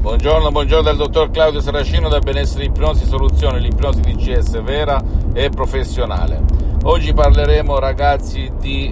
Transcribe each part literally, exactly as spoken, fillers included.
Buongiorno, buongiorno dal dottor Claudio Saracino da Benessere Ipnosi Soluzione, l'ipnosi D C S vera e professionale. Oggi parleremo, ragazzi, di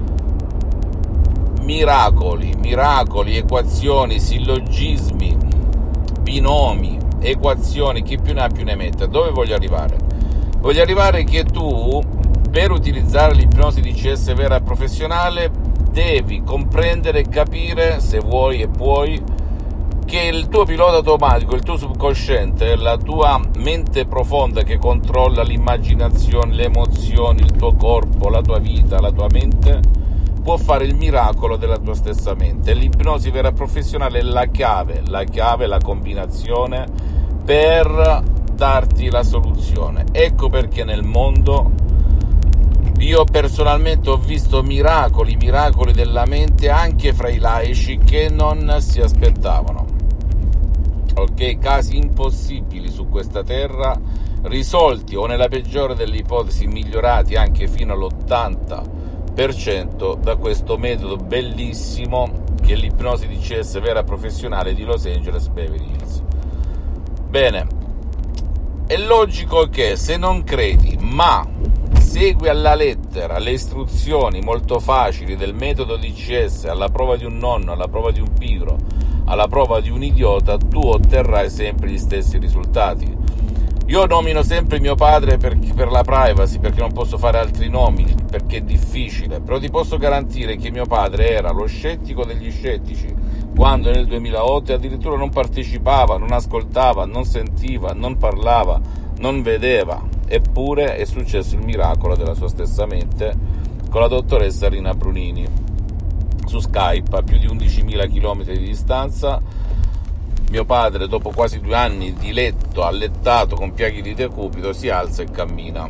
miracoli, miracoli, equazioni, sillogismi, binomi, equazioni, chi più ne ha più ne mette. Dove voglio arrivare? Voglio arrivare che tu, per utilizzare l'ipnosi D C S vera e professionale, devi comprendere e capire, se vuoi e puoi, che il tuo pilota automatico, il tuo subconsciente, la tua mente profonda che controlla l'immaginazione, le emozioni, il tuo corpo, la tua vita, la tua mente, può fare il miracolo della tua stessa mente. L'ipnosi vera professionale è la chiave, la chiave, la combinazione per darti la soluzione. Ecco perché nel mondo io personalmente ho visto miracoli, miracoli della mente anche fra i laici che non si aspettavano. Ok, casi impossibili su questa terra, risolti o nella peggiore delle ipotesi migliorati anche fino all'ottanta per cento da questo metodo bellissimo che è l'ipnosi D C S vera professionale di Los Angeles Beverly Hills. Bene, è logico che se non credi, ma segui alla lettera le istruzioni molto facili del metodo D C S, alla prova di un nonno, alla prova di un pigro, alla prova di un idiota, tu otterrai sempre gli stessi risultati. Io nomino sempre mio padre per, per la privacy, perché non posso fare altri nomi, perché è difficile, però ti posso garantire che mio padre era lo scettico degli scettici, quando nel duemilaotto addirittura non partecipava, non ascoltava, non sentiva, non parlava, non vedeva. Eppure è successo il miracolo della sua stessa mente con la dottoressa Rina Brunini su Skype a più di undicimila chilometri di distanza. Mio padre, dopo quasi due anni di letto, allettato con piaghe di decubito, si alza e cammina.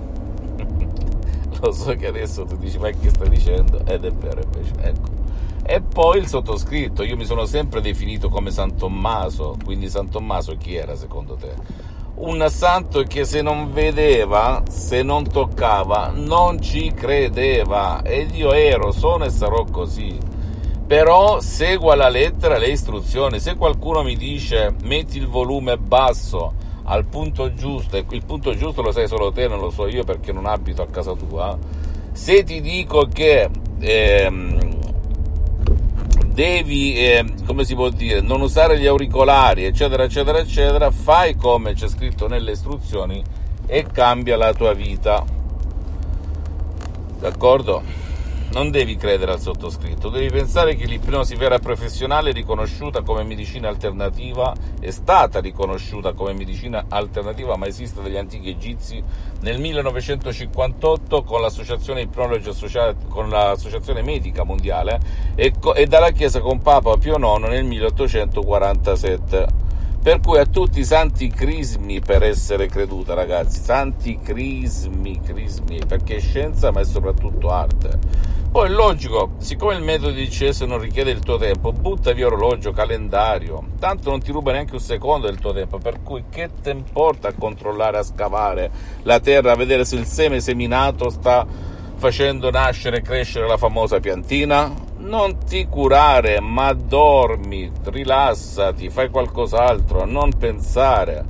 Lo so che adesso tu dici, ma che stai dicendo? Ed è vero invece, ecco. E poi il sottoscritto, io mi sono sempre definito come San Tommaso, quindi San Tommaso chi era secondo te? Un santo che se non vedeva, se non toccava, non ci credeva, ed io ero, sono e sarò così. Però seguo alla lettera le istruzioni. Se qualcuno mi dice metti il volume basso al punto giusto, e il punto giusto lo sai solo te, non lo so io perché non abito a casa tua, se ti dico che ehm, devi, eh, come si può dire, non usare gli auricolari, eccetera, eccetera, eccetera, fai come c'è scritto nelle istruzioni e cambia la tua vita. D'accordo? Non devi credere al sottoscritto, devi pensare che l'ipnosi vera professionale è riconosciuta come medicina alternativa, è stata riconosciuta come medicina alternativa, ma esiste dagli antichi egizi nel millenovecentocinquantotto con l'associazione Ipnologi associata con l'associazione medica mondiale e, co- e dalla Chiesa con Papa Pio nono nel milleottocentoquarantasette. Per cui a tutti i santi crismi per essere creduta, ragazzi, santi crismi, crismi, perché è scienza ma è soprattutto arte. Poi è logico, siccome il metodo di D C S non richiede il tuo tempo, butta via orologio, calendario, tanto non ti ruba neanche un secondo del tuo tempo, per cui che te importa a controllare, a scavare la terra, a vedere se il seme seminato sta facendo nascere e crescere la famosa piantina? Non ti curare, ma dormi, rilassati, fai qualcos'altro, non pensare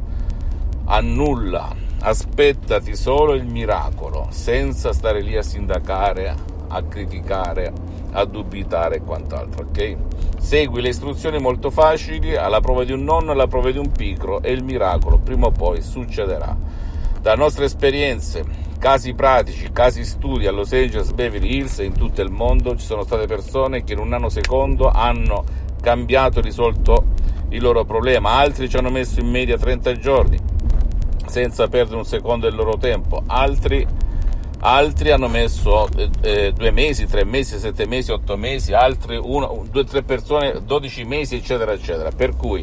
a nulla, aspettati solo il miracolo, senza stare lì a sindacare, a criticare, a dubitare e quant'altro, ok? Segui le istruzioni molto facili, alla prova di un nonno, alla prova di un pigro, e il miracolo prima o poi succederà. Da nostre esperienze, casi pratici, casi studi a Los Angeles, Beverly Hills e in tutto il mondo, ci sono state persone che in un nanosecondo hanno cambiato e risolto il loro problema. Altri ci hanno messo in media trenta giorni senza perdere un secondo del loro tempo, altri, altri hanno messo eh, due mesi, tre mesi, sette mesi, otto mesi, altri uno, due, tre persone, dodici mesi, eccetera, eccetera. Per cui,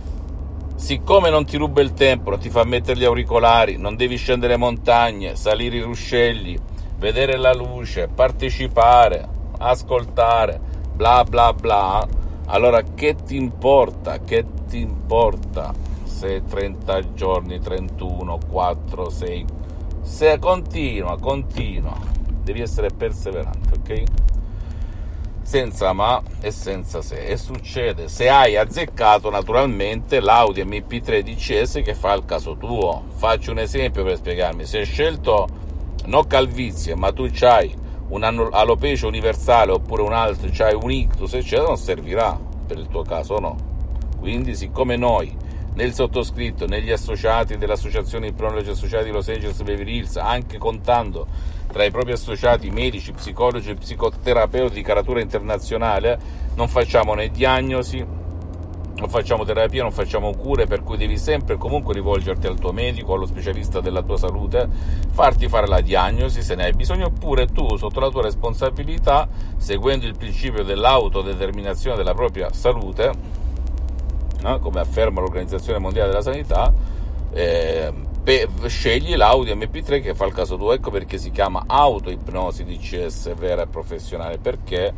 siccome non ti ruba il tempo, non ti fa mettere gli auricolari, non devi scendere montagne, salire i ruscelli, vedere la luce, partecipare, ascoltare, bla bla bla, allora che ti importa, che ti importa se trenta giorni, trentuno, quattro, sei, se continua, continua, devi essere perseverante, ok? senza ma e senza se. E succede, se hai azzeccato naturalmente l'Audi M P tre D C S che fa il caso tuo. Faccio un esempio per spiegarmi: se hai scelto no calvizie, ma tu c'hai un alopecia universale oppure un altro, c'hai un ictus eccetera, non servirà per il tuo caso, no? Quindi, siccome noi nel sottoscritto, negli associati dell'associazione Ipnologi Associati di Los Angeles Beverly Hills, anche contando tra i propri associati medici, psicologi e psicoterapeuti di caratura internazionale, non facciamo né diagnosi, non facciamo terapia, non facciamo cure, per cui devi sempre comunque rivolgerti al tuo medico, allo specialista della tua salute, farti fare la diagnosi se ne hai bisogno, oppure tu, sotto la tua responsabilità, seguendo il principio dell'autodeterminazione della propria salute, no? Come afferma l'Organizzazione Mondiale della Sanità, eh, pe- scegli l'Audi M P tre che fa il caso tuo. Ecco perché si chiama autoipnosi D C S vera e professionale, perché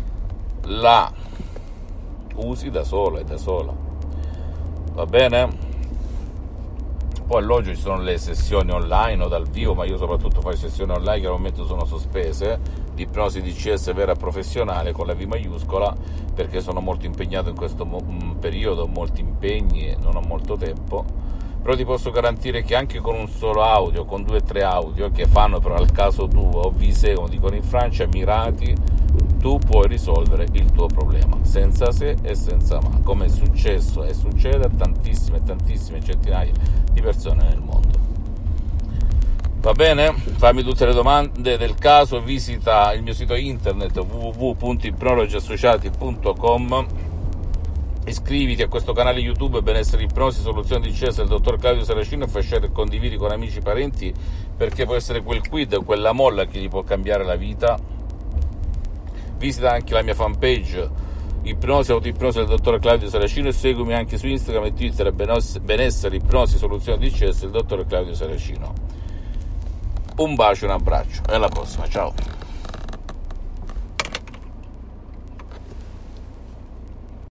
la usi da sola e da sola, va bene? Poi all'oggi ci sono le sessioni online o dal vivo, ma io soprattutto faccio sessioni online che al momento sono sospese, di ipnosi D C S vera e professionale con la V maiuscola, perché sono molto impegnato in questo mo- periodo, ho molti impegni e non ho molto tempo. Però ti posso garantire che anche con un solo audio, con due o tre audio che fanno però al caso tuo, vise, come dicono in Francia, mirati, tu puoi risolvere il tuo problema senza se e senza ma, come è successo e succede a tantissime tantissime centinaia di persone nel mondo. Va bene? Fammi tutte le domande del caso, visita il mio sito internet w w w punto ipnologi associati punto com, iscriviti a questo canale YouTube Benessere Ipnosi Soluzioni D C S del dottor Claudio Saracino e fai share e condividi con amici e parenti, perché può essere quel quid, quella molla che gli può cambiare la vita. Visita anche la mia fanpage Ipnosi Autoipnosi del dottor Claudio Saracino e seguimi anche su Instagram e Twitter Benessere Ipnosi Soluzioni D C S del dottor Claudio Saracino. Un bacio, un abbraccio e alla prossima, ciao.